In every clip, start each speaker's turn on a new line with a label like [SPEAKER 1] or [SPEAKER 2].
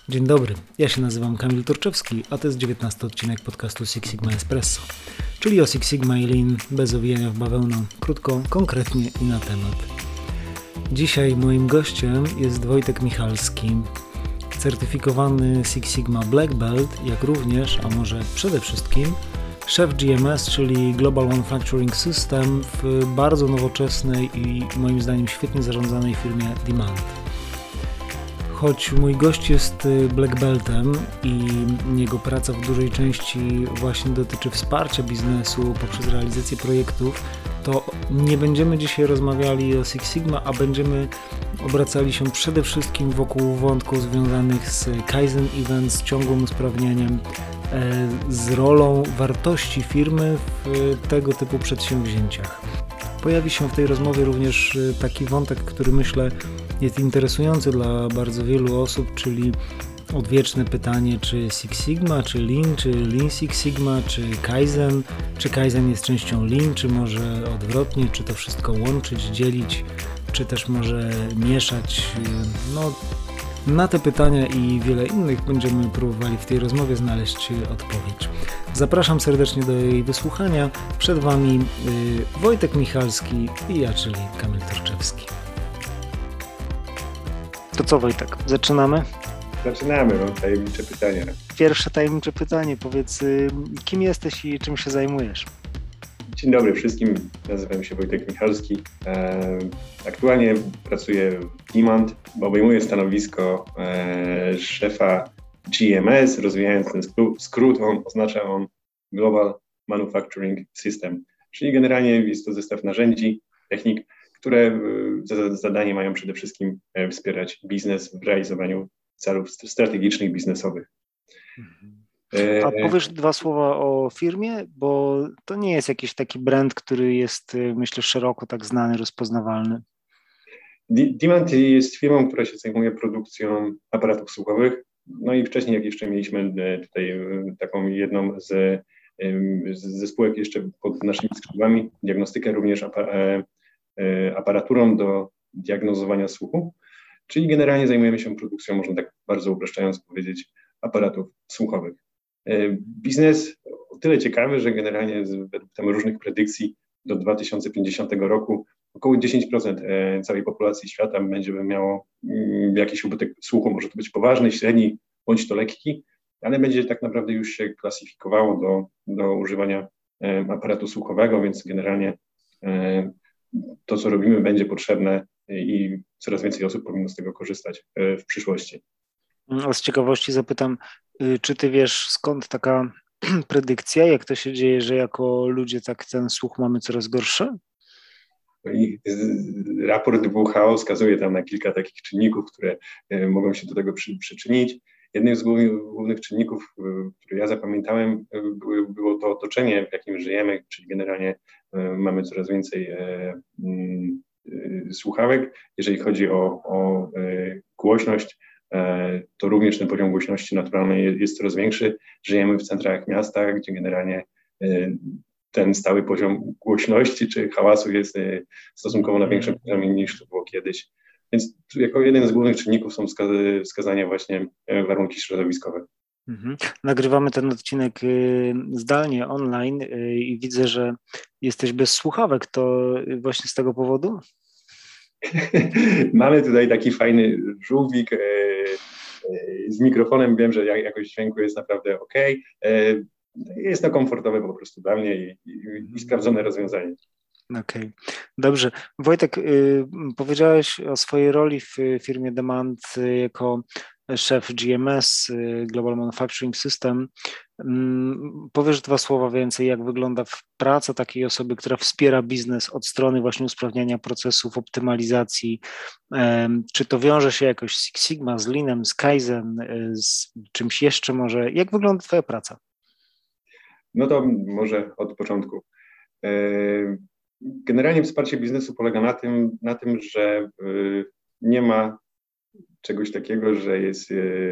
[SPEAKER 1] Dzień dobry, ja się nazywam Kamil Turczewski, a to jest 19 odcinek podcastu Six Sigma Espresso, czyli o Six Sigma i Lean bez owijania w bawełnę, krótko, konkretnie i na temat. Dzisiaj moim gościem jest Wojtek Michalski, certyfikowany Six Sigma Black Belt, jak również, a może przede wszystkim, szef GMS, czyli Global Manufacturing System w bardzo nowoczesnej i moim zdaniem świetnie zarządzanej firmie Demand. Choć mój gość jest Black Beltem i jego praca w dużej części właśnie dotyczy wsparcia biznesu poprzez realizację projektów, to nie będziemy dzisiaj rozmawiali o Six Sigma, a będziemy obracali się przede wszystkim wokół wątków związanych z Kaizen Event, z ciągłym usprawnianiem, z rolą wartości firmy w tego typu przedsięwzięciach. Pojawi się w tej rozmowie również taki wątek, który myślę jest interesujący dla bardzo wielu osób, czyli odwieczne pytanie, czy Six Sigma, czy Lean Six Sigma, czy Kaizen jest częścią Lean, czy może odwrotnie, czy to wszystko łączyć, dzielić, czy też może mieszać. Na te pytania i wiele innych będziemy próbowali w tej rozmowie znaleźć odpowiedź. Zapraszam serdecznie do jej wysłuchania. Przed Wami Wojtek Michalski i ja, czyli Kamil Turczewski. To co, Wojtek, zaczynamy?
[SPEAKER 2] Zaczynamy, mam tajemnicze pytania.
[SPEAKER 1] Pierwsze tajemnicze pytanie, powiedz, kim jesteś i czym się zajmujesz?
[SPEAKER 2] Dzień dobry wszystkim, nazywam się Wojtek Michalski. Aktualnie pracuję w Demand, obejmuję stanowisko szefa GMS, rozwijając ten skrót, oznacza on Global Manufacturing System, czyli generalnie jest to zestaw narzędzi, technik, które za zadanie mają przede wszystkim wspierać biznes w realizowaniu celów strategicznych, biznesowych.
[SPEAKER 1] A powiesz dwa słowa o firmie, bo to nie jest jakiś taki brand, który jest, myślę, szeroko tak znany, rozpoznawalny.
[SPEAKER 2] Demand jest firmą, która się zajmuje produkcją aparatów słuchowych. No i wcześniej, jak jeszcze mieliśmy tutaj taką jedną ze spółek jeszcze pod naszymi skrzydłami, diagnostykę również aparaturą do diagnozowania słuchu, czyli generalnie zajmujemy się produkcją, można tak bardzo upraszczając powiedzieć, aparatów słuchowych. Biznes o tyle ciekawy, że generalnie według tam różnych predykcji do 2050 roku około 10% całej populacji świata będzie miało jakiś ubytek słuchu, może to być poważny, średni, bądź to lekki, ale będzie tak naprawdę już się klasyfikowało do używania aparatu słuchowego, więc generalnie to, co robimy, będzie potrzebne i coraz więcej osób powinno z tego korzystać w przyszłości.
[SPEAKER 1] Z ciekawości zapytam, czy ty wiesz, skąd taka predykcja, jak to się dzieje, że jako ludzie tak ten słuch mamy coraz gorszy?
[SPEAKER 2] I raport WHO wskazuje tam na kilka takich czynników, które mogą się do tego przyczynić. Jednym z głównych czynników, które ja zapamiętałem, było to otoczenie, w jakim żyjemy, czyli generalnie mamy coraz więcej słuchawek. Jeżeli chodzi o głośność, to również ten poziom głośności naturalnej jest coraz większy. Żyjemy w centrach miasta, gdzie generalnie ten stały poziom głośności czy hałasu jest stosunkowo na większym poziomie niż to było kiedyś. Więc jako jeden z głównych czynników są wskazania właśnie warunki środowiskowe.
[SPEAKER 1] Nagrywamy ten odcinek zdalnie, online i widzę, że jesteś bez słuchawek. To właśnie z tego powodu?
[SPEAKER 2] Mamy tutaj taki fajny żółwik z mikrofonem. Wiem, że jakość dźwięku jest naprawdę ok. Jest to komfortowe po prostu dla mnie i sprawdzone rozwiązanie.
[SPEAKER 1] Okej, dobrze. Wojtek, powiedziałeś o swojej roli w firmie Demand jako szef GMS, Global Manufacturing System. Powiesz dwa słowa więcej, jak wygląda praca takiej osoby, która wspiera biznes od strony właśnie usprawniania procesów, optymalizacji. Czy to wiąże się jakoś z Six Sigma, z Leanem, z Kaizen, z czymś jeszcze może? Jak wygląda twoja praca?
[SPEAKER 2] No to może od początku. Generalnie wsparcie biznesu polega na tym, że nie ma czegoś takiego, że jest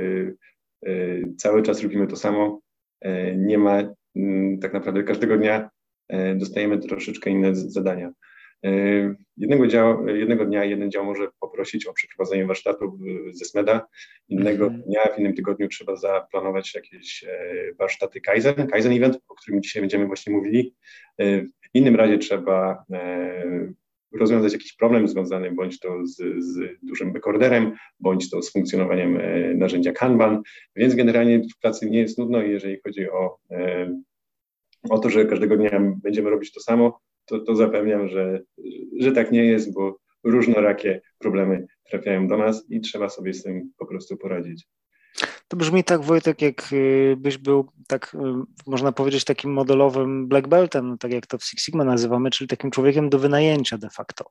[SPEAKER 2] cały czas robimy to samo. Nie ma tak naprawdę każdego dnia dostajemy troszeczkę inne zadania. Jednego dnia jeden dział może poprosić o przeprowadzenie warsztatu ze SMED-a, innego dnia, w innym tygodniu trzeba zaplanować jakieś warsztaty Kaizen Event, o którym dzisiaj będziemy właśnie mówili. W innym razie trzeba rozwiązać jakiś problem związany bądź to z dużym backorderem, bądź to z funkcjonowaniem narzędzia Kanban, więc generalnie w pracy nie jest nudno i jeżeli chodzi o to, że każdego dnia będziemy robić to samo, to zapewniam, że tak nie jest, bo różnorakie problemy trafiają do nas i trzeba sobie z tym po prostu poradzić.
[SPEAKER 1] To brzmi tak, Wojtek, jakbyś był, tak można powiedzieć, takim modelowym black beltem, no tak jak to w Six Sigma nazywamy, czyli takim człowiekiem do wynajęcia de facto.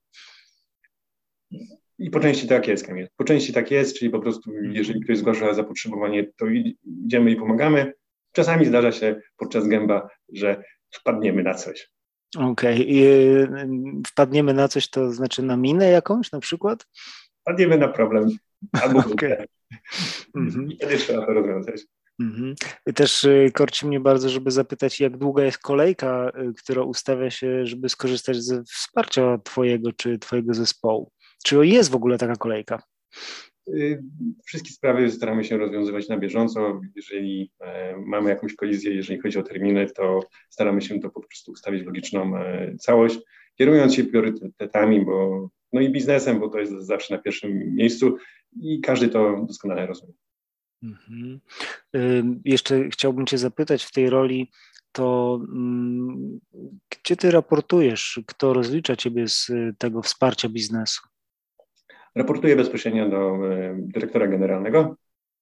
[SPEAKER 2] I po części tak jest, Kamil. Po części tak jest, czyli po prostu jeżeli ktoś zgłasza zapotrzebowanie, to idziemy i pomagamy. Czasami zdarza się podczas gęba, że wpadniemy na coś.
[SPEAKER 1] Okej. Wpadniemy na coś, to znaczy na minę jakąś na przykład?
[SPEAKER 2] Wpadniemy na problem albo
[SPEAKER 1] Okay.
[SPEAKER 2] I wtedy trzeba to rozwiązać.
[SPEAKER 1] I też korci mnie bardzo, żeby zapytać, jak długa jest kolejka, która ustawia się, żeby skorzystać ze wsparcia twojego czy twojego zespołu? Czy jest w ogóle taka kolejka?
[SPEAKER 2] Wszystkie sprawy staramy się rozwiązywać na bieżąco. Jeżeli mamy jakąś kolizję, jeżeli chodzi o terminy, to staramy się to po prostu ustawić w logiczną całość, kierując się priorytetami, no i biznesem, bo to jest zawsze na pierwszym miejscu i każdy to doskonale rozumie.
[SPEAKER 1] Jeszcze chciałbym Cię zapytać w tej roli, to gdzie Ty raportujesz? Kto rozlicza Ciebie z tego wsparcia biznesu?
[SPEAKER 2] Raportuję bezpośrednio do dyrektora generalnego.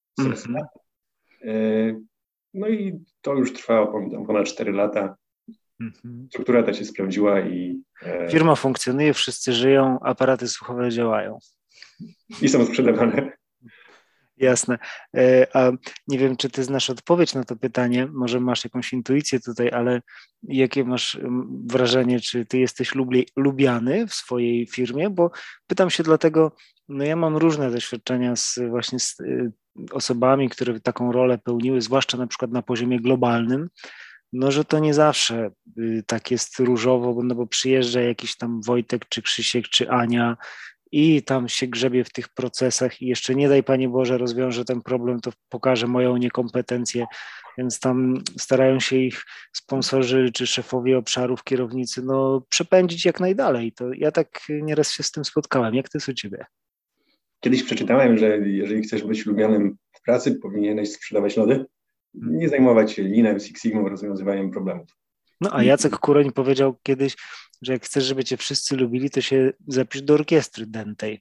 [SPEAKER 2] No i to już trwa ponad 4 lata. Struktura ta się sprawdziła i...
[SPEAKER 1] Firma funkcjonuje, wszyscy żyją, aparaty słuchowe działają.
[SPEAKER 2] I są sprzedawane.
[SPEAKER 1] Jasne. A nie wiem, czy ty znasz odpowiedź na to pytanie, może masz jakąś intuicję tutaj, ale jakie masz wrażenie, czy ty jesteś lubiany w swojej firmie? Bo pytam się dlatego, no ja mam różne doświadczenia właśnie z osobami, które taką rolę pełniły, zwłaszcza na przykład na poziomie globalnym, no że to nie zawsze tak jest różowo, no bo przyjeżdża jakiś tam Wojtek, czy Krzysiek, czy Ania, i tam się grzebie w tych procesach i jeszcze nie daj Panie Boże rozwiąże ten problem, to pokaże moją niekompetencję, więc tam starają się ich sponsorzy czy szefowie obszarów, kierownicy, no przepędzić jak najdalej. To ja tak nieraz się z tym spotkałem. Jak to jest u Ciebie?
[SPEAKER 2] Kiedyś przeczytałem, że jeżeli chcesz być lubianym w pracy, powinieneś sprzedawać lody, nie zajmować się Leanem, Six Sigmą, rozwiązywaniem problemów.
[SPEAKER 1] No a Jacek Kuroń powiedział kiedyś, że jak chcesz, żeby cię wszyscy lubili, to się zapisz do orkiestry dętej.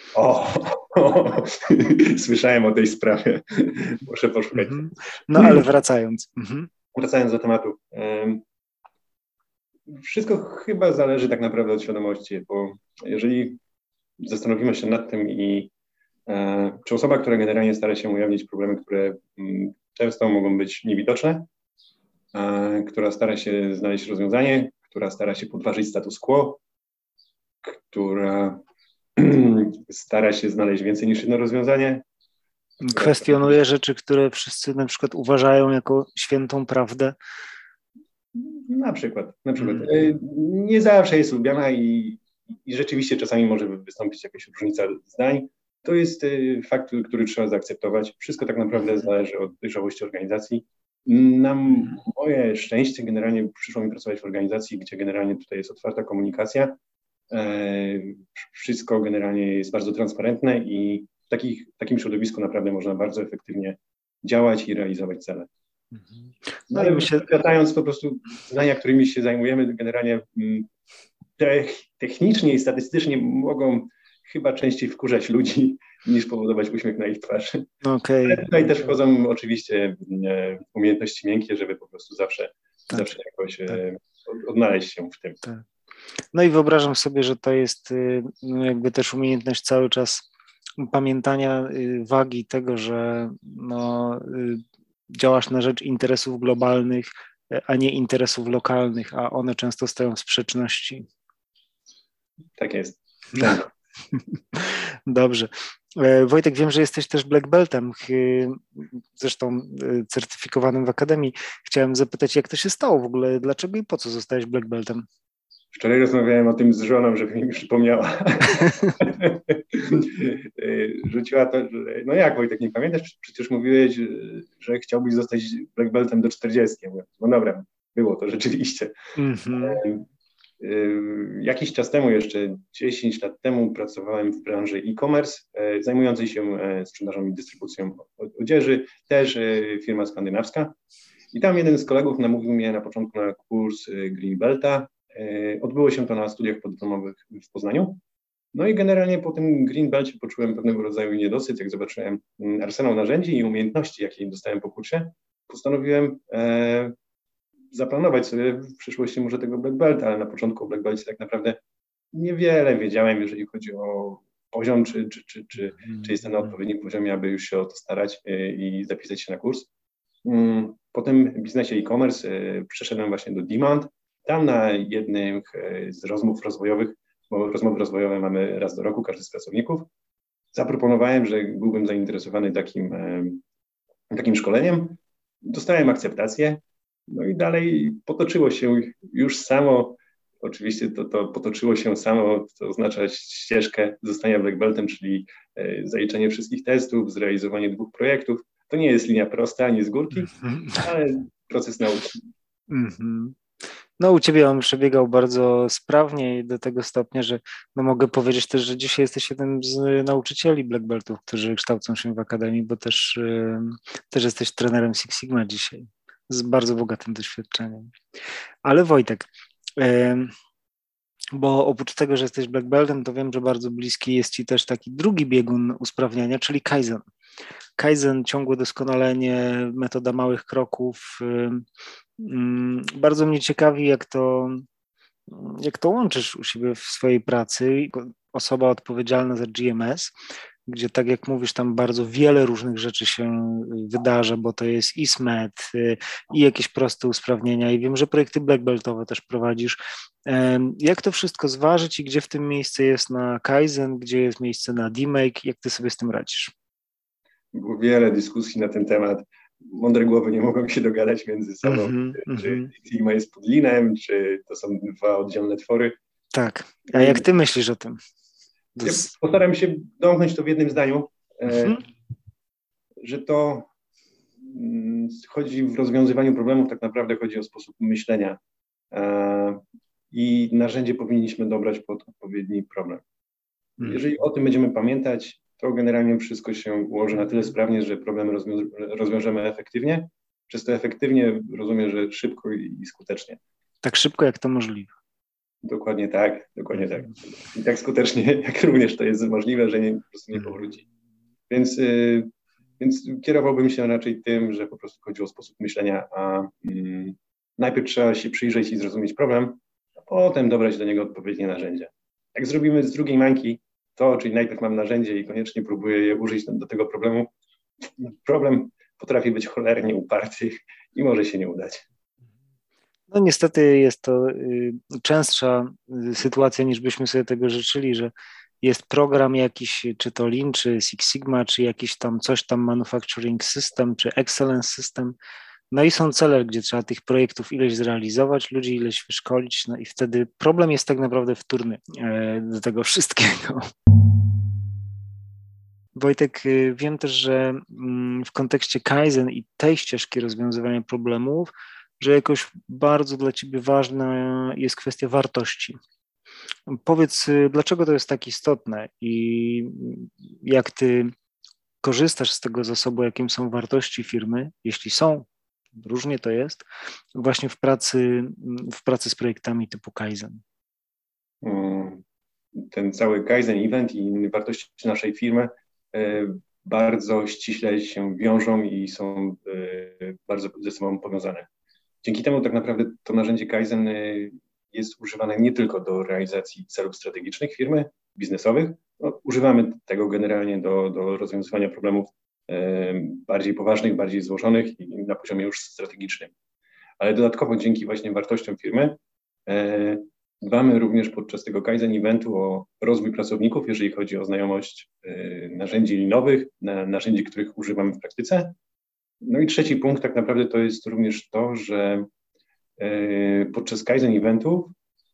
[SPEAKER 2] Słyszałem o tej sprawie. Muszę poszukać.
[SPEAKER 1] No ale wracając.
[SPEAKER 2] Wracając do tematu. Wszystko chyba zależy tak naprawdę od świadomości, bo jeżeli zastanowimy się nad tym czy osoba, która generalnie stara się ujawnić problemy, które często mogą być niewidoczne, która stara się znaleźć rozwiązanie, która stara się podważyć status quo, która stara się znaleźć więcej niż jedno rozwiązanie.
[SPEAKER 1] Kwestionuje rzeczy, które wszyscy na przykład uważają jako świętą prawdę.
[SPEAKER 2] Na przykład. Nie zawsze jest lubiana i rzeczywiście czasami może wystąpić jakaś różnica zdań. To jest fakt, który trzeba zaakceptować. Wszystko tak naprawdę zależy od dojrzałości organizacji. Na moje szczęście generalnie przyszło mi pracować w organizacji, gdzie generalnie tutaj jest otwarta komunikacja. Wszystko generalnie jest bardzo transparentne i w takim środowisku naprawdę można bardzo efektywnie działać i realizować cele. No i wracając po prostu zadania, którymi się zajmujemy, generalnie technicznie i statystycznie mogą chyba częściej wkurzać ludzi niż powodować uśmiech na ich twarzy.
[SPEAKER 1] Okay.
[SPEAKER 2] Ale tutaj też wchodzą oczywiście umiejętności miękkie, żeby po prostu zawsze jakoś odnaleźć się w tym.
[SPEAKER 1] Tak. No i wyobrażam sobie, że to jest jakby też umiejętność cały czas pamiętania wagi tego, że działasz na rzecz interesów globalnych, a nie interesów lokalnych, a one często stoją w sprzeczności.
[SPEAKER 2] Tak jest.
[SPEAKER 1] Dobrze. Wojtek, wiem, że jesteś też black beltem, zresztą certyfikowanym w Akademii. Chciałem zapytać, jak to się stało w ogóle, dlaczego i po co zostałeś black beltem?
[SPEAKER 2] Wczoraj rozmawiałem o tym z żoną, żeby mi przypomniała. Rzuciła to, że no jak Wojtek, nie pamiętasz? Przecież mówiłeś, że chciałbyś zostać black beltem do 40. No dobra, było to rzeczywiście. Jakiś czas temu, jeszcze 10 lat temu, pracowałem w branży e-commerce, zajmującej się sprzedażą i dystrybucją odzieży, też firma skandynawska. I tam jeden z kolegów namówił mnie na początku na kurs Green Belta. Odbyło się to na studiach podyplomowych w Poznaniu. No i generalnie po tym Green Belcie poczułem pewnego rodzaju niedosyt, jak zobaczyłem arsenał narzędzi i umiejętności, jakie dostałem po kursie. Postanowiłem zaplanować sobie w przyszłości może tego black belta, ale na początku o black belcie tak naprawdę niewiele wiedziałem, jeżeli chodzi o poziom, czy jestem na odpowiednim poziomie, aby już się o to starać i zapisać się na kurs. Potem w biznesie e-commerce przeszedłem właśnie do Demand. Tam na jednym z rozmów rozwojowych, bo rozmowy rozwojowe mamy raz do roku, każdy z pracowników, zaproponowałem, że byłbym zainteresowany takim szkoleniem. Dostałem akceptację, no i dalej potoczyło się już samo, oczywiście to potoczyło się samo, to oznacza ścieżkę zostania black beltem, czyli zaliczenie wszystkich testów, zrealizowanie 2 projektów. To nie jest linia prosta, ani z górki, ale proces nauki.
[SPEAKER 1] No u Ciebie on przebiegał bardzo sprawnie i do tego stopnia, że no mogę powiedzieć też, że dzisiaj jesteś jednym z nauczycieli black beltów, którzy kształcą się w Akademii, bo też jesteś trenerem Six Sigma dzisiaj, z bardzo bogatym doświadczeniem. Ale Wojtek, bo oprócz tego, że jesteś black beltem, to wiem, że bardzo bliski jest Ci też taki drugi biegun usprawniania, czyli Kaizen. Kaizen, ciągłe doskonalenie, metoda małych kroków. Bardzo mnie ciekawi, jak to łączysz u siebie w swojej pracy. Osoba odpowiedzialna za GMS, gdzie tak jak mówisz, tam bardzo wiele różnych rzeczy się wydarza, bo to jest i SMET, i jakieś proste usprawnienia i wiem, że projekty black beltowe też prowadzisz. Jak to wszystko zważyć i gdzie w tym miejsce jest na Kaizen, gdzie jest miejsce na demake, jak ty sobie z tym radzisz?
[SPEAKER 2] Było wiele dyskusji na ten temat. Mądre głowy nie mogą się dogadać między sobą, czy Sigma jest pod linem, czy to są 2 oddzielne twory.
[SPEAKER 1] Tak. A jak ty myślisz o tym?
[SPEAKER 2] Ja postaram się domknąć to w jednym zdaniu, że to chodzi w rozwiązywaniu problemów, tak naprawdę chodzi o sposób myślenia i narzędzie powinniśmy dobrać pod odpowiedni problem. Jeżeli o tym będziemy pamiętać, to generalnie wszystko się ułoży na tyle sprawnie, że problem rozwiążemy efektywnie. Przez to efektywnie rozumiem, że szybko i skutecznie.
[SPEAKER 1] Tak szybko, jak to możliwe.
[SPEAKER 2] Dokładnie tak. I tak skutecznie, jak również to jest możliwe, że po prostu nie powróci. Więc kierowałbym się raczej tym, że po prostu chodzi o sposób myślenia, a najpierw trzeba się przyjrzeć i zrozumieć problem, a potem dobrać do niego odpowiednie narzędzia. Jak zrobimy z drugiej mańki to, czyli najpierw mam narzędzie i koniecznie próbuję je użyć do tego problemu, problem potrafi być cholernie uparty i może się nie udać.
[SPEAKER 1] No niestety jest to częstsza sytuacja, niż byśmy sobie tego życzyli, że jest program jakiś, czy to Lean, czy Six Sigma, czy jakiś tam coś tam Manufacturing System, czy Excellence System. No i są cele, gdzie trzeba tych projektów ileś zrealizować, ludzi ileś wyszkolić, no i wtedy problem jest tak naprawdę wtórny do tego wszystkiego. Wojtek, wiem też, że w kontekście Kaizen i tej ścieżki rozwiązywania problemów, że jakoś bardzo dla Ciebie ważna jest kwestia wartości. Powiedz, dlaczego to jest tak istotne i jak Ty korzystasz z tego zasobu, jakim są wartości firmy, jeśli są, różnie to jest, właśnie w pracy z projektami typu Kaizen.
[SPEAKER 2] Ten cały Kaizen event i wartości naszej firmy bardzo ściśle się wiążą i są bardzo ze sobą powiązane. Dzięki temu tak naprawdę to narzędzie Kaizen jest używane nie tylko do realizacji celów strategicznych firmy, biznesowych. No, używamy tego generalnie do rozwiązywania problemów bardziej poważnych, bardziej złożonych i na poziomie już strategicznym. Ale dodatkowo dzięki właśnie wartościom firmy dbamy również podczas tego Kaizen eventu o rozwój pracowników, jeżeli chodzi o znajomość narzędzi linowych, narzędzi, których używamy w praktyce. No i trzeci punkt tak naprawdę to jest również to, że podczas Kaizen eventów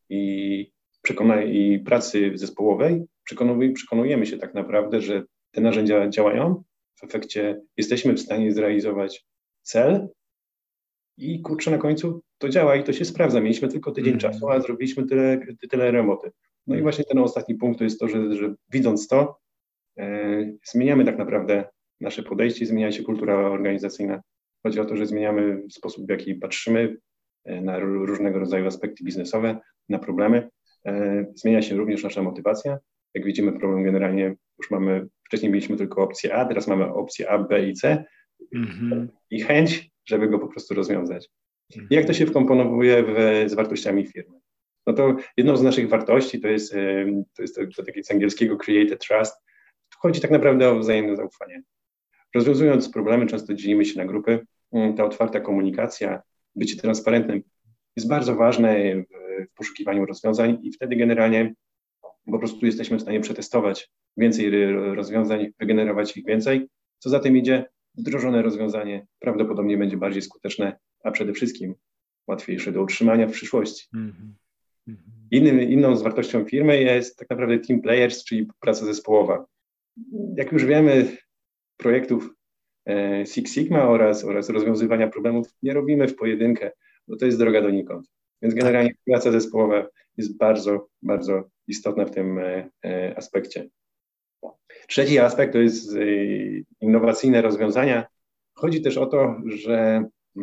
[SPEAKER 2] i pracy zespołowej przekonujemy się tak naprawdę, że te narzędzia działają, w efekcie jesteśmy w stanie zrealizować cel i kurczę, na końcu to działa i to się sprawdza. Mieliśmy tylko tydzień czasu, a zrobiliśmy tyle roboty. No i właśnie ten ostatni punkt to jest to, że widząc to, zmieniamy tak naprawdę nasze podejście, zmienia się kultura organizacyjna. Chodzi o to, że zmieniamy sposób, w jaki patrzymy na różnego rodzaju aspekty biznesowe, na problemy. Zmienia się również nasza motywacja. Jak widzimy, problem generalnie już wcześniej mieliśmy tylko opcję A, teraz mamy opcję A, B i C i chęć, żeby go po prostu rozwiązać. I jak to się wkomponowuje z wartościami firmy? No to jedną z naszych wartości to jest takie z angielskiego create a trust. Tu chodzi tak naprawdę o wzajemne zaufanie. Rozwiązując problemy, często dzielimy się na grupy. Ta otwarta komunikacja, bycie transparentnym jest bardzo ważne w poszukiwaniu rozwiązań i wtedy generalnie po prostu jesteśmy w stanie przetestować więcej rozwiązań, wygenerować ich więcej. Co za tym idzie, wdrożone rozwiązanie prawdopodobnie będzie bardziej skuteczne, a przede wszystkim łatwiejsze do utrzymania w przyszłości. Inną z wartością firmy jest tak naprawdę team players, czyli praca zespołowa. Jak już wiemy, projektów Six Sigma oraz rozwiązywania problemów nie robimy w pojedynkę, bo to jest droga donikąd. Więc generalnie praca zespołowa jest bardzo, bardzo istotna w tym aspekcie. Trzeci aspekt to jest innowacyjne rozwiązania. Chodzi też o to, że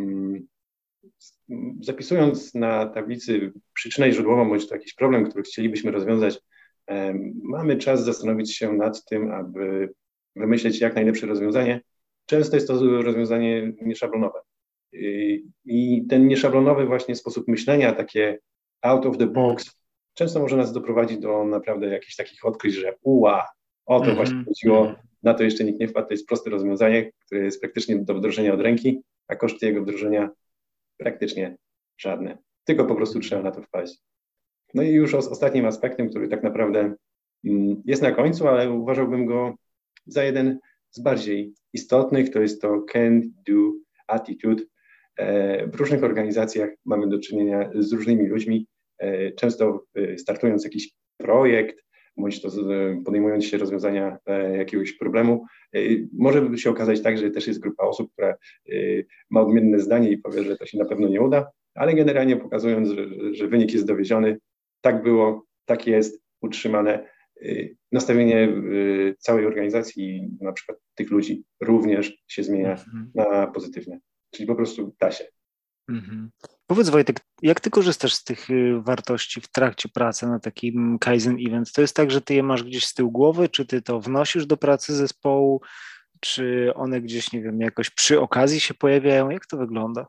[SPEAKER 2] zapisując na tablicy przyczynę źródłową bądź to jakiś problem, który chcielibyśmy rozwiązać, mamy czas zastanowić się nad tym, aby wymyśleć jak najlepsze rozwiązanie. Często jest to rozwiązanie nieszablonowe. I ten nieszablonowy właśnie sposób myślenia, takie out of the box, często może nas doprowadzić do naprawdę jakichś takich odkryć, że o to właśnie chodziło, na to jeszcze nikt nie wpadł, to jest proste rozwiązanie, które jest praktycznie do wdrożenia od ręki, a koszty jego wdrożenia praktycznie żadne. Tylko po prostu trzeba na to wpaść. No i już ostatnim aspektem, który tak naprawdę jest na końcu, ale uważałbym go za jeden z bardziej istotnych, to jest to can-do attitude. W różnych organizacjach mamy do czynienia z różnymi ludźmi, często startując jakiś projekt, bądź to podejmując się rozwiązania jakiegoś problemu, może się okazać tak, że też jest grupa osób, która ma odmienne zdanie i powie, że to się na pewno nie uda, ale generalnie pokazując, że wynik jest dowieziony, tak było, tak jest, utrzymane. Nastawienie całej organizacji, na przykład tych ludzi, również się zmienia na pozytywne. Czyli po prostu da się.
[SPEAKER 1] Powiedz, Wojtek, jak ty korzystasz z tych wartości w trakcie pracy na takim Kaizen Event? To jest tak, że ty je masz gdzieś z tyłu głowy, czy ty to wnosisz do pracy zespołu, czy one gdzieś, nie wiem, jakoś przy okazji się pojawiają? Jak to wygląda?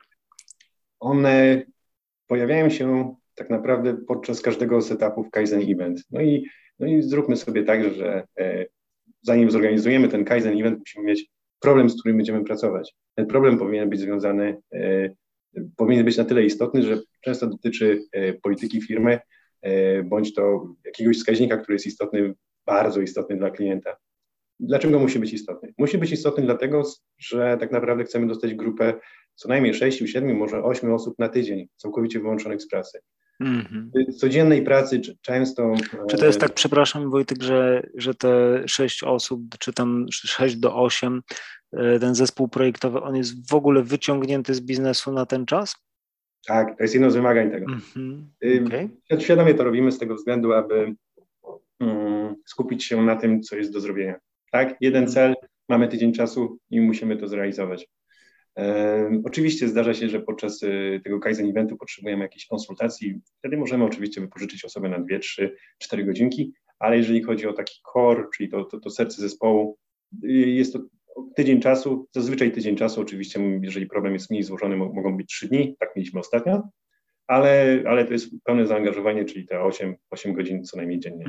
[SPEAKER 2] One pojawiają się tak naprawdę podczas każdego setupu w Kaizen Event. No i zróbmy sobie tak, że zanim zorganizujemy ten Kaizen Event, musimy mieć problem, z którym będziemy pracować. Ten problem powinien być związany, powinien być na tyle istotny, że często dotyczy polityki firmy, bądź to jakiegoś wskaźnika, który jest istotny, bardzo istotny dla klienta. Dlaczego musi być istotny? Musi być istotny dlatego, że tak naprawdę chcemy dostać grupę co najmniej 6, 7, może 8 osób na tydzień, całkowicie wyłączonych z pracy. Codziennej pracy często...
[SPEAKER 1] Czy to jest tak, przepraszam Wojtek, że te 6 osób, czy tam 6 do 8, ten zespół projektowy, on jest w ogóle wyciągnięty z biznesu na ten czas?
[SPEAKER 2] Tak, to jest jedno z wymagań tego. Okay. Świadomie to robimy z tego względu, aby skupić się na tym, co jest do zrobienia. Tak, jeden cel, mamy tydzień czasu i musimy to zrealizować. Oczywiście zdarza się, że podczas tego Kaizen Eventu potrzebujemy jakiejś konsultacji. Wtedy możemy oczywiście wypożyczyć osobę na 2, 3, 4 godzinki, ale jeżeli chodzi o taki core, czyli to serce zespołu, jest to tydzień czasu, zazwyczaj tydzień czasu. Oczywiście, jeżeli problem jest mniej złożony, mogą być 3 dni, tak mieliśmy ostatnio, ale to jest pełne zaangażowanie, czyli te 8 godzin co najmniej dziennie.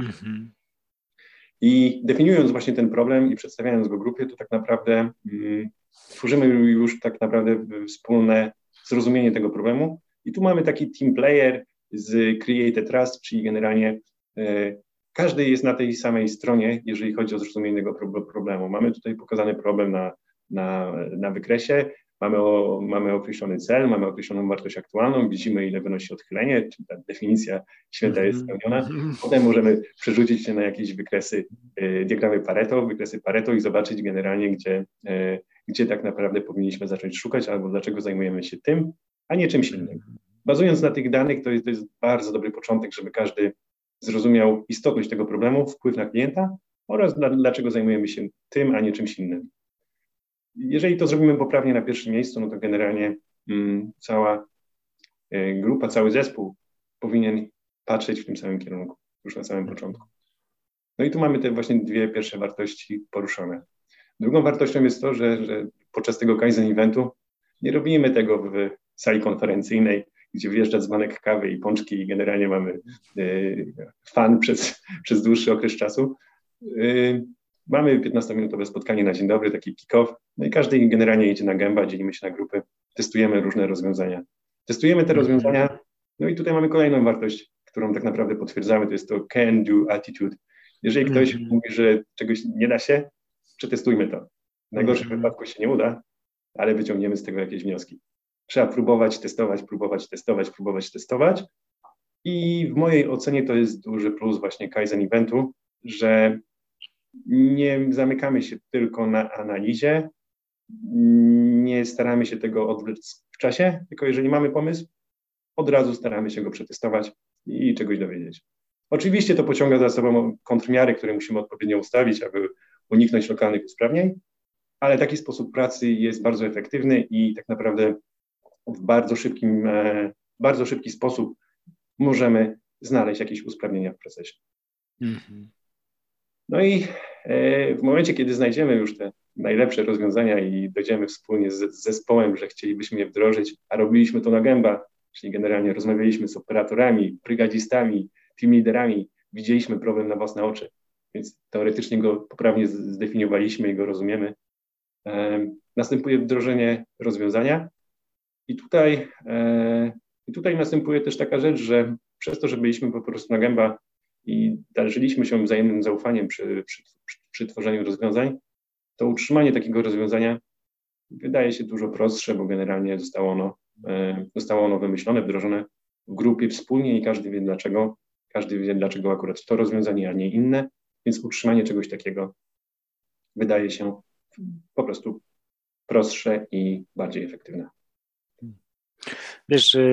[SPEAKER 2] I definiując właśnie ten problem i przedstawiając go grupie, to tak naprawdę tworzymy już tak naprawdę wspólne zrozumienie tego problemu. I tu mamy taki team player z Create a Trust, czyli generalnie każdy jest na tej samej stronie, jeżeli chodzi o zrozumienie tego problemu. Mamy tutaj pokazany problem na wykresie, mamy określony cel, mamy określoną wartość aktualną, widzimy, ile wynosi odchylenie, czy ta definicja święta jest spełniona. Potem możemy przerzucić się na jakieś wykresy, wykresy Pareto i zobaczyć generalnie, gdzie tak naprawdę powinniśmy zacząć szukać, albo dlaczego zajmujemy się tym, a nie czymś innym. Bazując na tych danych, to jest bardzo dobry początek, żeby każdy zrozumiał istotność tego problemu, wpływ na klienta oraz dlaczego zajmujemy się tym, a nie czymś innym. Jeżeli to zrobimy poprawnie na pierwszym miejscu, no to generalnie cała grupa, cały zespół powinien patrzeć w tym samym kierunku, już na samym początku. No i tu mamy te właśnie dwie pierwsze wartości poruszone. Drugą wartością jest to, że podczas tego Kaizen eventu nie robimy tego w sali konferencyjnej, gdzie wjeżdża dzbanek kawy i pączki i generalnie mamy fan przez dłuższy okres czasu. Mamy 15-minutowe spotkanie na dzień dobry, taki kick-off, no i każdy generalnie idzie na gęba, dzielimy się na grupy, testujemy różne rozwiązania. Testujemy te rozwiązania, no i tutaj mamy kolejną wartość, którą tak naprawdę potwierdzamy, to jest to can-do attitude. Jeżeli ktoś mówi, że czegoś nie da się, przetestujmy to. W najgorszym wypadku się nie uda, ale wyciągniemy z tego jakieś wnioski. Trzeba próbować, testować, próbować, testować. I w mojej ocenie to jest duży plus właśnie Kaizen eventu, że nie zamykamy się tylko na analizie, nie staramy się tego odwlec w czasie, tylko jeżeli mamy pomysł, od razu staramy się go przetestować i czegoś dowiedzieć. Oczywiście to pociąga za sobą kontrmiary, które musimy odpowiednio ustawić, aby uniknąć lokalnych usprawnień, ale taki sposób pracy jest bardzo efektywny i tak naprawdę w bardzo szybki sposób możemy znaleźć jakieś usprawnienia w procesie. No i w momencie, kiedy znajdziemy już te najlepsze rozwiązania i dojdziemy wspólnie z zespołem, że chcielibyśmy je wdrożyć, a robiliśmy to na gęba, czyli generalnie rozmawialiśmy z operatorami, brygadzistami, team liderami, widzieliśmy problem na własne oczy, więc teoretycznie go poprawnie zdefiniowaliśmy i go rozumiemy. Następuje wdrożenie rozwiązania i tutaj następuje też taka rzecz, że przez to, że byliśmy po prostu na gęba i darzyliśmy się wzajemnym zaufaniem przy tworzeniu rozwiązań, to utrzymanie takiego rozwiązania wydaje się dużo prostsze, bo generalnie zostało ono wymyślone, wdrożone w grupie wspólnie i każdy wie dlaczego. Każdy wie dlaczego akurat to rozwiązanie, a nie inne, więc utrzymanie czegoś takiego wydaje się po prostu prostsze i bardziej efektywne.
[SPEAKER 1] Wiesz,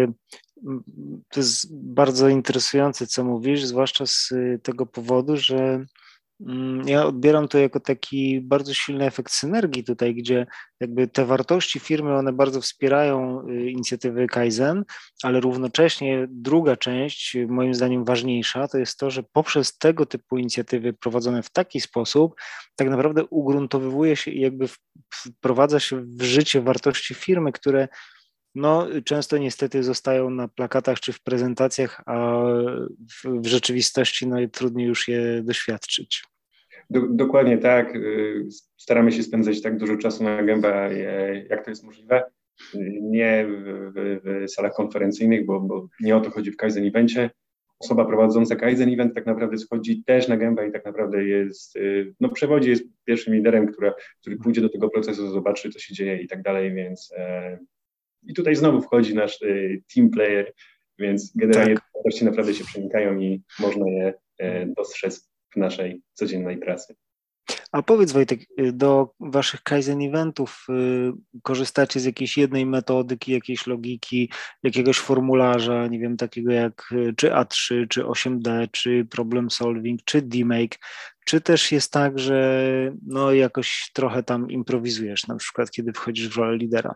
[SPEAKER 1] to jest bardzo interesujące, co mówisz, zwłaszcza z tego powodu, że ja odbieram to jako taki bardzo silny efekt synergii tutaj, gdzie jakby te wartości firmy, one bardzo wspierają inicjatywy Kaizen, ale równocześnie druga część, moim zdaniem ważniejsza, to jest to, że poprzez tego typu inicjatywy prowadzone w taki sposób tak naprawdę ugruntowywuje się i jakby wprowadza się w życie wartości firmy, które często niestety zostają na plakatach czy w prezentacjach, a w rzeczywistości trudniej już je doświadczyć.
[SPEAKER 2] Dokładnie tak. Staramy się spędzać tak dużo czasu na gębach, jak to jest możliwe. Nie w salach konferencyjnych, bo nie o to chodzi w Kaizen Evencie. Osoba prowadząca Kaizen Event tak naprawdę schodzi też na gębę i tak naprawdę przewodzi, jest pierwszym liderem, który pójdzie do tego procesu, zobaczy, co się dzieje i tak dalej, więc i tutaj znowu wchodzi nasz team player, więc generalnie te wartości naprawdę się przenikają i można je dostrzec w naszej codziennej pracy.
[SPEAKER 1] A powiedz, Wojtek, do waszych Kaizen eventów korzystacie z jakiejś jednej metodyki, jakiejś logiki, jakiegoś formularza, nie wiem, takiego jak czy A3, czy 8D, czy problem solving, czy DMake, czy też jest tak, że jakoś trochę tam improwizujesz, na przykład kiedy wchodzisz w rolę lidera?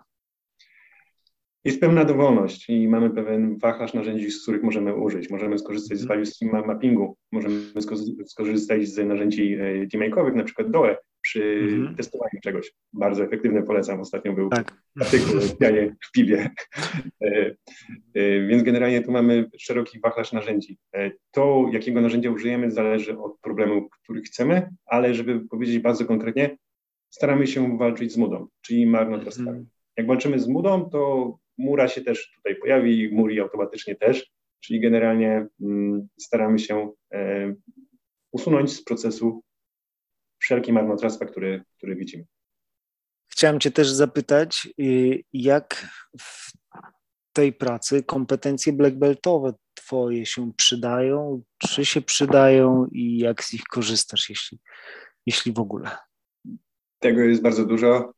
[SPEAKER 2] Jest pewna dowolność i mamy pewien wachlarz narzędzi, z których możemy użyć. Możemy skorzystać z value stream mappingu, możemy skorzystać z narzędzi DMake'owych, na przykład DOE przy testowaniu czegoś. Bardzo efektywne, polecam. Ostatnio był artykuł o pianie w piwie. Więc generalnie tu mamy szeroki wachlarz narzędzi. To, jakiego narzędzia użyjemy, zależy od problemu, który chcemy, ale żeby powiedzieć bardzo konkretnie, staramy się walczyć z mudą, czyli marnotraskami. Jak walczymy z mudą, to mura się też tutaj pojawi, muri automatycznie też, czyli generalnie staramy się usunąć z procesu wszelkie marnotrawstwa, które widzimy.
[SPEAKER 1] chciałem Cię też zapytać, jak w tej pracy kompetencje black beltowe Twoje się przydają, czy się przydają i jak z nich korzystasz, jeśli w ogóle?
[SPEAKER 2] Tego jest bardzo dużo,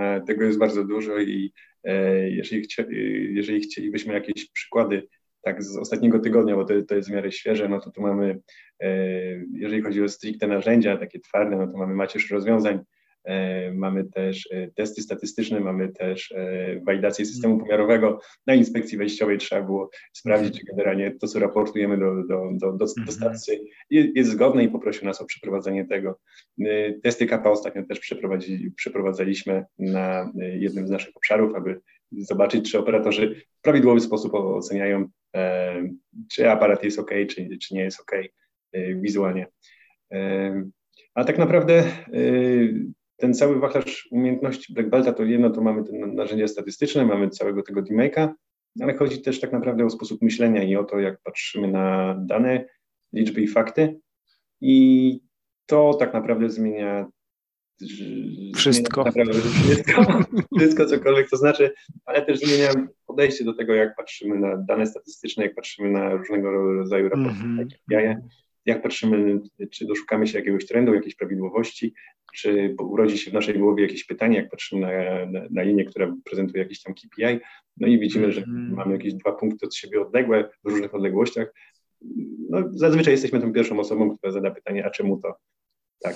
[SPEAKER 2] i jeżeli chcielibyśmy jakieś przykłady tak z ostatniego tygodnia, bo to jest w miarę świeże, no to tu mamy, jeżeli chodzi o stricte narzędzia, takie twarde, no to mamy macierz rozwiązań, mamy też testy statystyczne, mamy też walidację systemu pomiarowego. Na inspekcji wejściowej trzeba było sprawdzić, czy generalnie to, co raportujemy do dostawcy, jest zgodne i poprosił nas o przeprowadzenie tego. Testy kappa ostatnio też przeprowadzaliśmy na jednym z naszych obszarów, aby zobaczyć, czy operatorzy w prawidłowy sposób oceniają, czy aparat jest OK, czy nie jest OK wizualnie. A tak naprawdę ten cały wachlarz umiejętności Black Belta to jedno, to mamy te narzędzia statystyczne, mamy całego tego DMake'a, ale chodzi też tak naprawdę o sposób myślenia i o to, jak patrzymy na dane, liczby i fakty. I to tak naprawdę zmienia
[SPEAKER 1] wszystko.
[SPEAKER 2] Wszystko, cokolwiek to znaczy, ale też zmienia podejście do tego, jak patrzymy na dane statystyczne, jak patrzymy na różnego rodzaju raporty, jak patrzymy, czy doszukamy się jakiegoś trendu, jakiejś prawidłowości, czy urodzi się w naszej głowie jakieś pytanie, jak patrzymy na linię, która prezentuje jakiś tam KPI, no i widzimy, że mamy jakieś 2 punkty od siebie odległe, w różnych odległościach. No, zazwyczaj jesteśmy tą pierwszą osobą, która zada pytanie, a czemu to tak?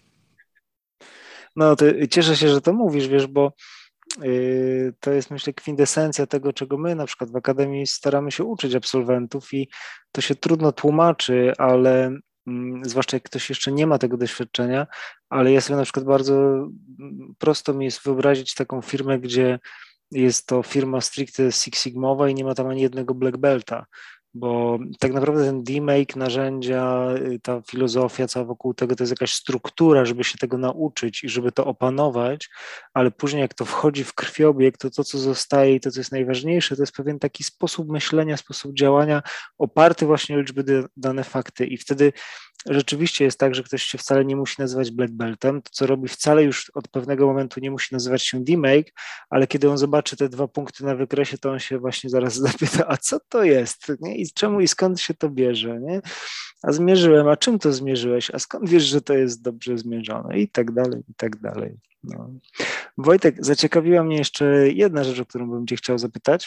[SPEAKER 1] No, to cieszę się, że to mówisz, wiesz, bo to jest, myślę, kwintesencja tego, czego my na przykład w Akademii staramy się uczyć absolwentów i to się trudno tłumaczy, ale zwłaszcza jak ktoś jeszcze nie ma tego doświadczenia, ale ja sobie na przykład bardzo prosto mi jest wyobrazić taką firmę, gdzie jest to firma stricte Six Sigmowa i nie ma tam ani jednego black belta, bo tak naprawdę ten DMake, narzędzia, ta filozofia cała wokół tego, to jest jakaś struktura, żeby się tego nauczyć i żeby to opanować, ale później jak to wchodzi w krwiobieg, to co zostaje i to, co jest najważniejsze, to jest pewien taki sposób myślenia, sposób działania oparty właśnie o liczby, dane, fakty i wtedy rzeczywiście jest tak, że ktoś się wcale nie musi nazywać black beltem, to co robi wcale już od pewnego momentu nie musi nazywać się DMake, ale kiedy on zobaczy te 2 punkty na wykresie, to on się właśnie zaraz zapyta, a co to jest, nie? I czemu i skąd się to bierze, nie? A zmierzyłem, a czym to zmierzyłeś, a skąd wiesz, że to jest dobrze zmierzone i tak dalej, i tak dalej. No. Wojtek, zaciekawiła mnie jeszcze jedna rzecz, o którą bym cię chciał zapytać.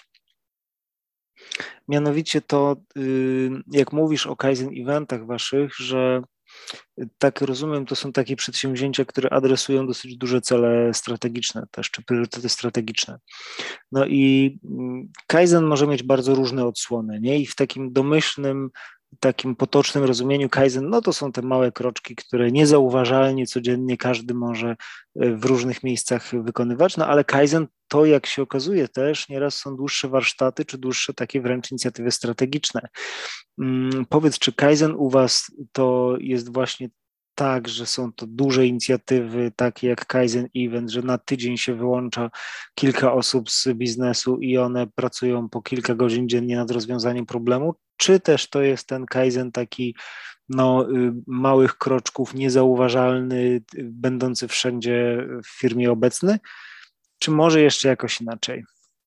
[SPEAKER 1] Mianowicie to, jak mówisz o Kaizen eventach waszych, że tak rozumiem, to są takie przedsięwzięcia, które adresują dosyć duże cele strategiczne też, czy priorytety strategiczne. No i Kaizen może mieć bardzo różne odsłony, nie? I w takim domyślnym, takim potocznym rozumieniu Kaizen, no to są te małe kroczki, które niezauważalnie codziennie każdy może w różnych miejscach wykonywać, no ale Kaizen to, jak się okazuje też, nieraz są dłuższe warsztaty, czy dłuższe takie wręcz inicjatywy strategiczne. Powiedz, czy Kaizen u was to jest właśnie tak, że są to duże inicjatywy, takie jak Kaizen Event, że na tydzień się wyłącza kilka osób z biznesu i one pracują po kilka godzin dziennie nad rozwiązaniem problemu, czy też to jest ten Kaizen taki małych kroczków, niezauważalny, będący wszędzie w firmie obecny, czy może jeszcze jakoś inaczej?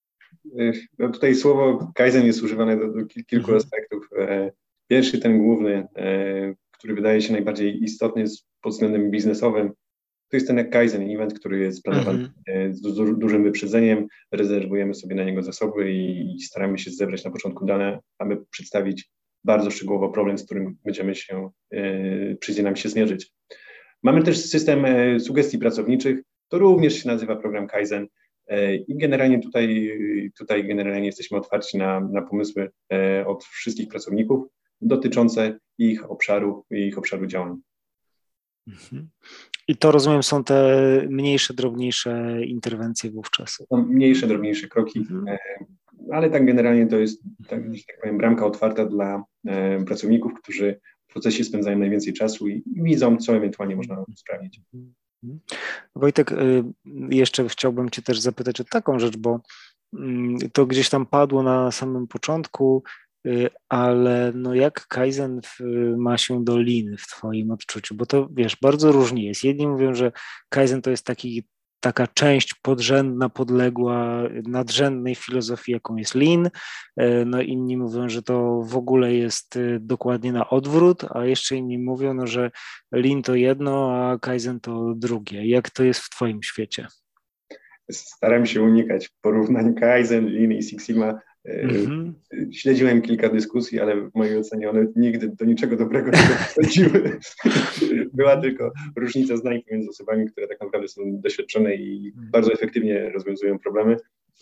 [SPEAKER 2] No tutaj słowo Kaizen jest używane do kilku aspektów. Pierwszy, ten główny, który wydaje się najbardziej istotny pod względem biznesowym, to jest ten Kaizen Event, który jest planowany z dużym wyprzedzeniem, rezerwujemy sobie na niego zasoby i staramy się zebrać na początku dane, aby przedstawić bardzo szczegółowo problem, z którym przyjdzie nam się zmierzyć. Mamy też system sugestii pracowniczych, to również się nazywa program Kaizen i generalnie tutaj generalnie jesteśmy otwarci na pomysły od wszystkich pracowników dotyczące ich obszaru działań.
[SPEAKER 1] I to, rozumiem, są te mniejsze, drobniejsze interwencje wówczas.
[SPEAKER 2] Są mniejsze, drobniejsze kroki, ale tak generalnie to jest, tak powiem, bramka otwarta dla pracowników, którzy w procesie spędzają najwięcej czasu i widzą, co ewentualnie można sprawdzić.
[SPEAKER 1] Wojtek, jeszcze chciałbym cię też zapytać o taką rzecz, bo to gdzieś tam padło na samym początku, ale no jak Kaizen ma się do Lean w twoim odczuciu? Bo to, wiesz, bardzo różnie jest. Jedni mówią, że Kaizen to jest taki taka część podrzędna, podległa nadrzędnej filozofii, jaką jest Lean. No inni mówią, że to w ogóle jest dokładnie na odwrót, a jeszcze inni mówią, no, że Lean to jedno, a Kaizen to drugie. Jak to jest w Twoim świecie?
[SPEAKER 2] Staram się unikać porównań Kaizen, Lean i Six Sigma. Śledziłem kilka dyskusji, ale w mojej ocenie one nigdy do niczego dobrego nie doprowadziły. Była tylko różnica zdań pomiędzy osobami, które tak naprawdę są doświadczone i bardzo efektywnie rozwiązują problemy.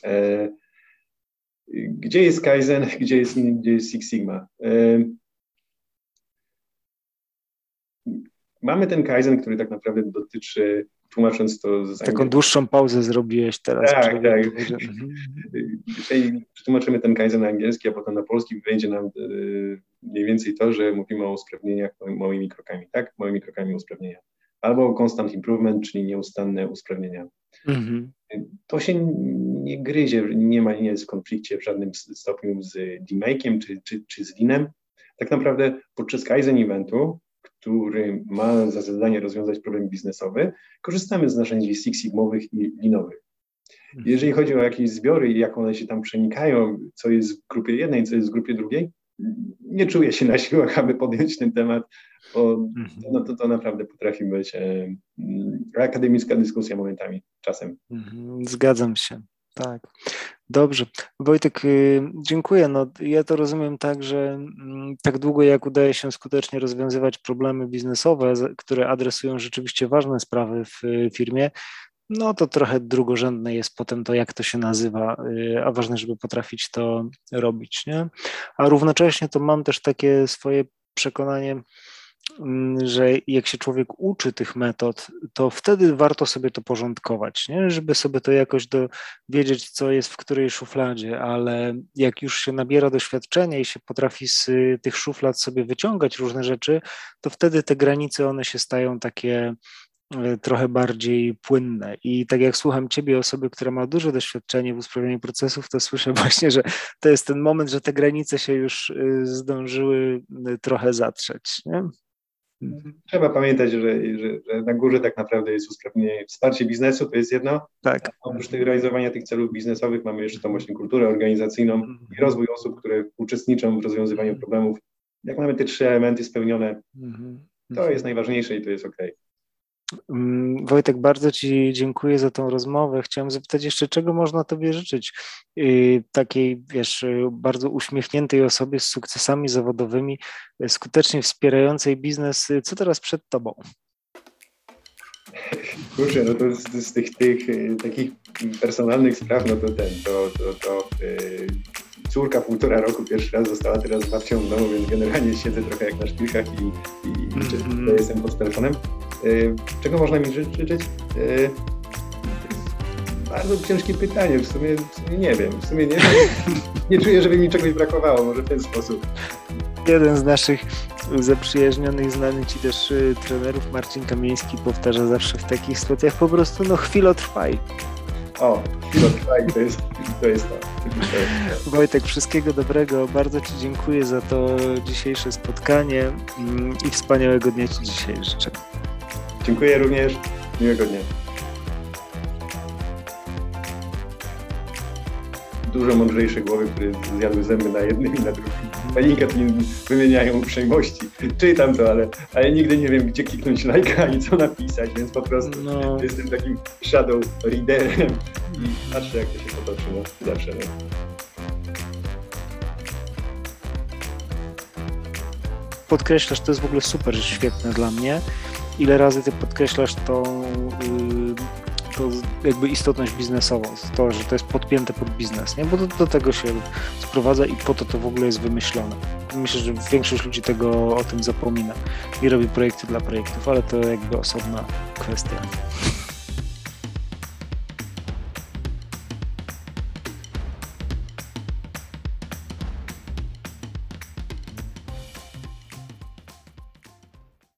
[SPEAKER 2] Gdzie jest Kaizen, gdzie jest Six Sigma? Mamy ten Kaizen, który tak naprawdę dotyczy, tłumacząc to z
[SPEAKER 1] taką dłuższą pauzę zrobiłeś teraz.
[SPEAKER 2] Tak. Jeżeli przetłumaczymy ten Kaizen na angielski, a potem na polski, wyjdzie nam mniej więcej to, że mówimy o usprawnieniach małymi krokami, tak? Małymi krokami usprawnienia. Albo constant improvement, czyli nieustanne usprawnienia. To się nie gryzie, nie jest w konflikcie w żadnym stopniu z demake'iem czy z Leanem. Tak naprawdę podczas Kaizen eventu, który ma za zadanie rozwiązać problem biznesowy, korzystamy z narzędzi Six Sigmowych i Leanowych. Jeżeli chodzi o jakieś zbiory i jak one się tam przenikają, co jest w grupie jednej, co jest w grupie drugiej, nie czuję się na siłach, aby podjąć ten temat, bo to naprawdę potrafi być akademicka dyskusja momentami, czasem.
[SPEAKER 1] Zgadzam się, tak. Dobrze. Wojtek, dziękuję. No, ja to rozumiem tak, że tak długo jak udaje się skutecznie rozwiązywać problemy biznesowe, które adresują rzeczywiście ważne sprawy w firmie, no to trochę drugorzędne jest potem to, jak to się nazywa, a ważne, żeby potrafić to robić, nie? A równocześnie to mam też takie swoje przekonanie, że jak się człowiek uczy tych metod, to wtedy warto sobie to porządkować, nie? Żeby sobie to jakoś wiedzieć, co jest w której szufladzie, ale jak już się nabiera doświadczenia i się potrafi z tych szuflad sobie wyciągać różne rzeczy, to wtedy te granice, one się stają takie trochę bardziej płynne. I tak jak słucham Ciebie, osoby, która ma duże doświadczenie w usprawnianiu procesów, to słyszę właśnie, że to jest ten moment, że te granice się już zdążyły trochę zatrzeć, nie?
[SPEAKER 2] Trzeba pamiętać, że na górze tak naprawdę jest usprawnienie, wsparcie biznesu, to jest jedno.
[SPEAKER 1] Tak.
[SPEAKER 2] Oprócz tego realizowania tych celów biznesowych mamy jeszcze tą właśnie kulturę organizacyjną i rozwój osób, które uczestniczą w rozwiązywaniu problemów. Jak mamy te 3 elementy spełnione, to jest najważniejsze i to jest okej.
[SPEAKER 1] Wojtek, bardzo Ci dziękuję za tą rozmowę. Chciałem zapytać jeszcze, czego można Tobie życzyć? Takiej, wiesz, bardzo uśmiechniętej osobie z sukcesami zawodowymi, skutecznie wspierającej biznes. Co teraz przed Tobą?
[SPEAKER 2] Kurczę, no to z tych takich personalnych spraw, no to córka 1,5 roku pierwszy raz została teraz babcią w domu, więc generalnie siedzę trochę jak na szpilkach i jestem pod telefonem. Czego można mi życzyć? Bardzo ciężkie pytanie, w sumie nie wiem. Nie czuję, żeby mi czegoś brakowało, może w ten sposób.
[SPEAKER 1] Jeden z naszych zaprzyjaźnionych, znany Ci też trenerów, Marcin Kamieński, powtarza zawsze w takich sytuacjach po prostu, no chwilotrwaj.
[SPEAKER 2] O, chwilotrwaj, to jest to.
[SPEAKER 1] Wojtek, wszystkiego dobrego. Bardzo Ci dziękuję za to dzisiejsze spotkanie i wspaniałego dnia Ci dzisiaj życzę.
[SPEAKER 2] Dziękuję również. Miłego dnia. Dużo mądrzejsze głowy, które zjadły zęby na jednym i na drugim. Paninka wymieniają uprzejmości. Czytam to, ale nigdy nie wiem, gdzie kliknąć lajka i co napisać, więc po prostu jestem takim shadow readerem i patrzę, jak to się potoczy, zawsze.
[SPEAKER 1] Podkreślasz, to jest w ogóle super, że świetne dla mnie. Ile razy Ty podkreślasz tą jakby istotność biznesową, to, że to jest podpięte pod biznes, nie? Bo do tego się sprowadza i po to w ogóle jest wymyślone. Myślę, że większość ludzi o tym zapomina i robi projekty dla projektów, ale to jakby osobna kwestia.